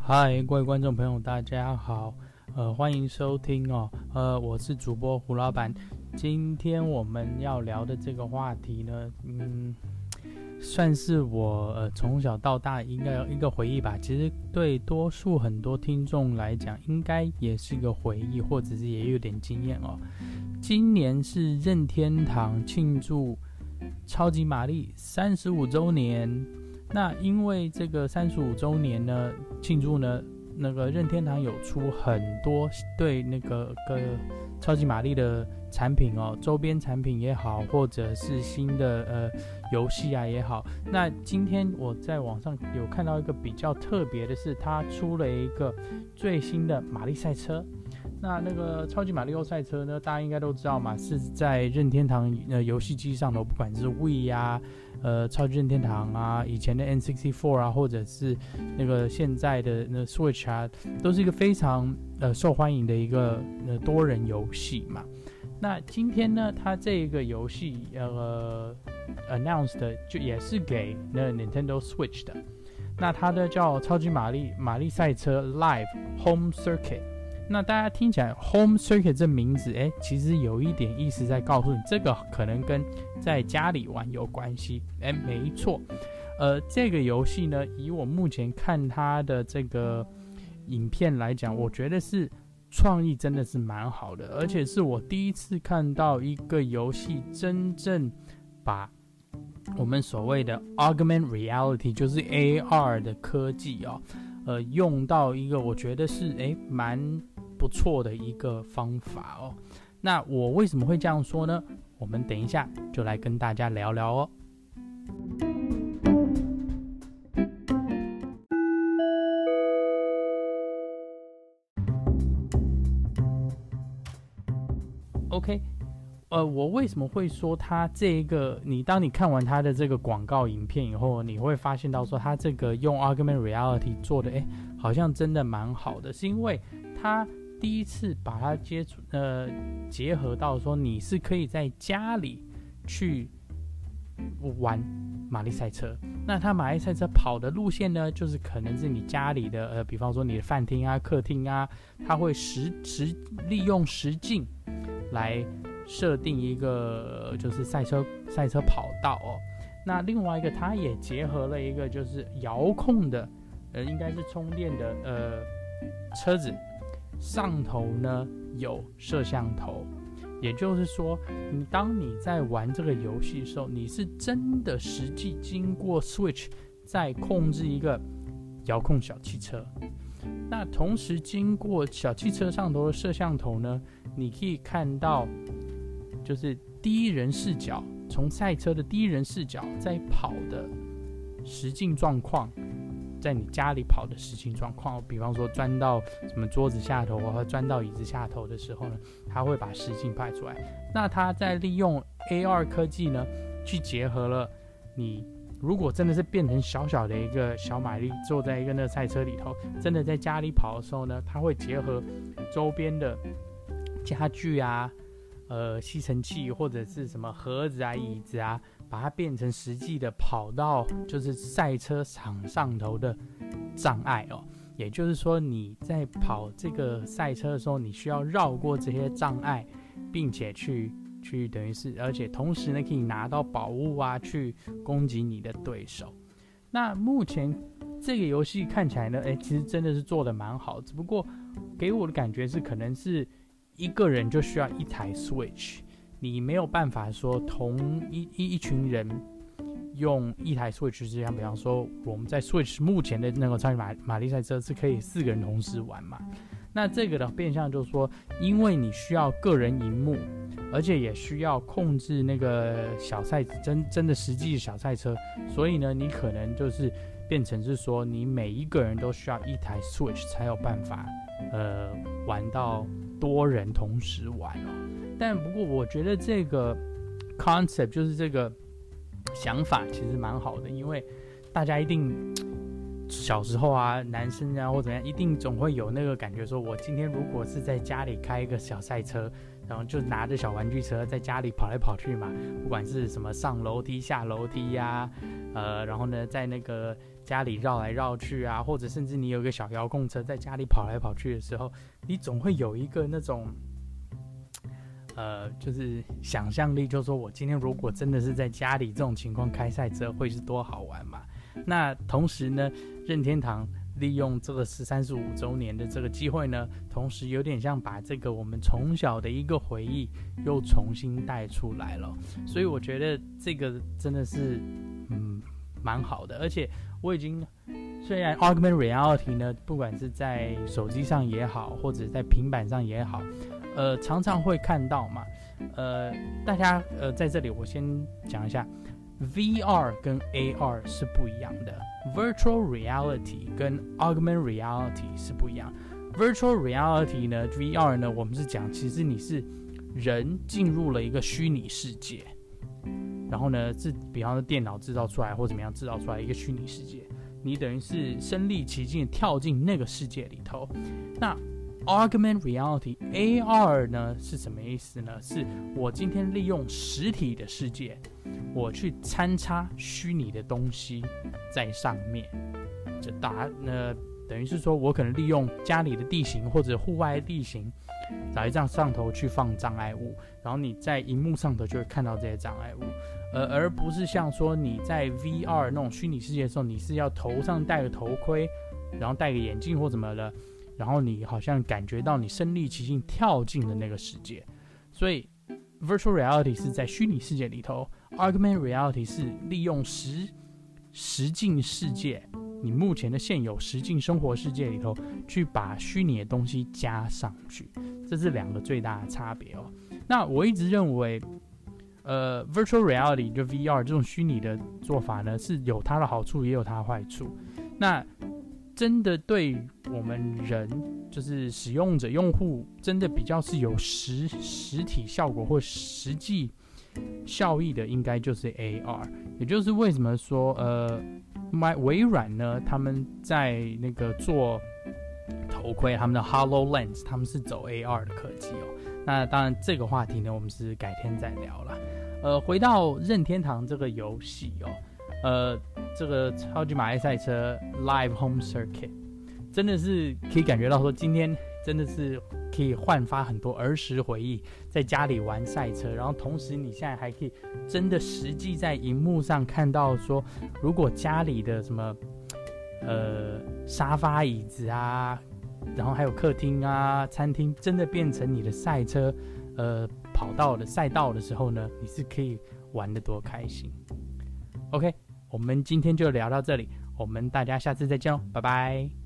嗨，各位观众朋友，大家好，欢迎收听我是主播胡老板。今天我们要聊的这个话题呢，算是我从小到大应该有一个回忆吧。其实对很多听众来讲，应该也是一个回忆，或者是也有点经验哦。今年是任天堂庆祝超级玛丽35周年。那因为这个35周年呢，庆祝呢，那个任天堂有出很多对那个超级玛丽的产品哦，周边产品也好，或者是新的游戏啊也好。那今天我在网上有看到一个比较特别的是，它出了一个最新的玛丽赛车。那个超级马里奥赛车呢，大家应该都知道嘛，是在任天堂游戏机上头，不管是 Wii 啊、超级任天堂啊、以前的 N64 啊，或者是那个现在的那 Switch 啊，都是一个非常受欢迎的一个多人游戏嘛。那今天呢，它这个游戏announced 的就也是给那 Nintendo Switch 的。那它的叫超级玛丽赛车 Live Home Circuit。那大家听起来 Home Circuit 这名字，其实有一点意思在告诉你，这个可能跟在家里玩有关系。没错，这个游戏呢，以我目前看它的这个影片来讲，我觉得是创意真的是蛮好的，而且是我第一次看到一个游戏真正把我们所谓的 Augmented Reality， 就是 AR 的科技用到一个我觉得是蛮不错的一个方法哦。那我为什么会这样说呢？我们等一下就来跟大家聊聊哦。OK， 我为什么会说它这个？当你看完它的这个广告影片以后，你会发现到说它这个用 Augmented Reality 做的，好像真的蛮好的，是因为它第一次把它结合到说你是可以在家里去玩玛丽赛车。那它玛丽赛车跑的路线呢，就是可能是你家里的比方说你的饭厅啊、客厅啊，它会利用实境来设定一个就是赛车跑道哦。那另外一个，它也结合了一个就是遥控的，应该是充电的车子，上头呢有摄像头。也就是说，当你在玩这个游戏的时候，你是真的实际经过 Switch 在控制一个遥控小汽车。那同时经过小汽车上头的摄像头呢，你可以看到就是第一人视角，从赛车的第一人视角在跑的实境状况，在你家里跑的实境状况，比方说钻到什么桌子下头或钻到椅子下头的时候呢，它会把实境拍出来。那它在利用 AR 科技呢，去结合了你如果真的是变成小小的一个小玛丽，坐在一个那个赛车里头，真的在家里跑的时候呢，它会结合周边的家具啊、吸尘器或者是什么盒子啊、椅子啊，把它变成实际的跑到就是赛车场上头的障碍哦。也就是说，你在跑这个赛车的时候，你需要绕过这些障碍，并且去等于是，而且同时呢，可以拿到宝物啊，去攻击你的对手。那目前这个游戏看起来呢，其实真的是做得蛮好，只不过给我的感觉是，可能是一个人就需要一台 Switch， 你没有办法说同一群人用一台 Switch， 这样，比方说我们在 Switch 目前的那个超级玛丽赛车是可以4个人同时玩嘛。那这个的变相就是说，因为你需要个人萤幕，而且也需要控制那个小赛真的实际的小赛车，所以呢，你可能就是变成是说，你每一个人都需要一台 Switch 才有办法玩到多人同时玩哦。但不过我觉得这个 concept 就是这个想法其实蛮好的，因为大家一定小时候啊，男生啊或怎样，一定总会有那个感觉，说我今天如果是在家里开一个小赛车，然后就拿着小玩具车在家里跑来跑去嘛，不管是什么上楼梯、下楼梯呀、然后呢，在那个家里绕来绕去啊，或者甚至你有一个小遥控车在家里跑来跑去的时候，你总会有一个那种。就是想象力，就是说我今天如果真的是在家里这种情况开赛车，会是多好玩嘛？那同时呢，任天堂利用这个35周年的这个机会呢，同时有点像把这个我们从小的一个回忆又重新带出来了，所以我觉得这个真的是蛮好的，而且我已经虽然 Augmented Reality 呢，不管是在手机上也好，或者在平板上也好，常常会看到嘛，大家在这里我先讲一下 VR 跟 AR 是不一样的， Virtual Reality 跟 Augmented Reality 是不一样。 Virtual Reality 呢 VR 呢，我们是讲其实你是人进入了一个虚拟世界，然后呢是比方说电脑制造出来或怎么样制造出来一个虚拟世界，你等于是身临其境跳进那个世界里头。那 Augmented Reality AR 呢是什么意思呢？是我今天利用实体的世界，我去参差虚拟的东西在上面，这等于是说我可能利用家里的地形或者户外的地形，在这样上头去放障碍物，然后你在荧幕上头就会看到这些障碍物，而不是像说你在 VR 那种虚拟世界的时候，你是要头上戴个头盔，然后戴个眼镜或怎么的，然后你好像感觉到你身临其境跳进了那个世界。所以 Virtual Reality 是在虚拟世界里头， Augmented Reality 是利用实境世界，你目前的现有实境生活世界里头去把虚拟的东西加上去，这是两个最大的差别哦。那我一直认为Virtual Reality 就 VR 这种虚拟的做法呢，是有它的好处也有它的坏处。那真的对我们人就是使用者用户真的比较是有实体效果或实际效益的，应该就是 AR。 也就是为什么说微软呢，他们在那个做头盔，他们的 HoloLens 他们是走 AR 的科技哦。那当然这个话题呢，我们是改天再聊了。回到任天堂这个游戏哦，这个超级玛丽赛车 Live Home Circuit 真的是可以感觉到说，今天真的是可以焕发很多儿时回忆，在家里玩赛车，然后同时你现在还可以真的实际在荧幕上看到说，如果家里的什么沙发椅子啊，然后还有客厅啊餐厅真的变成你的赛车跑道的赛道的时候呢，你是可以玩得多开心。 OK， 我们今天就聊到这里，我们大家下次再见喽，拜拜。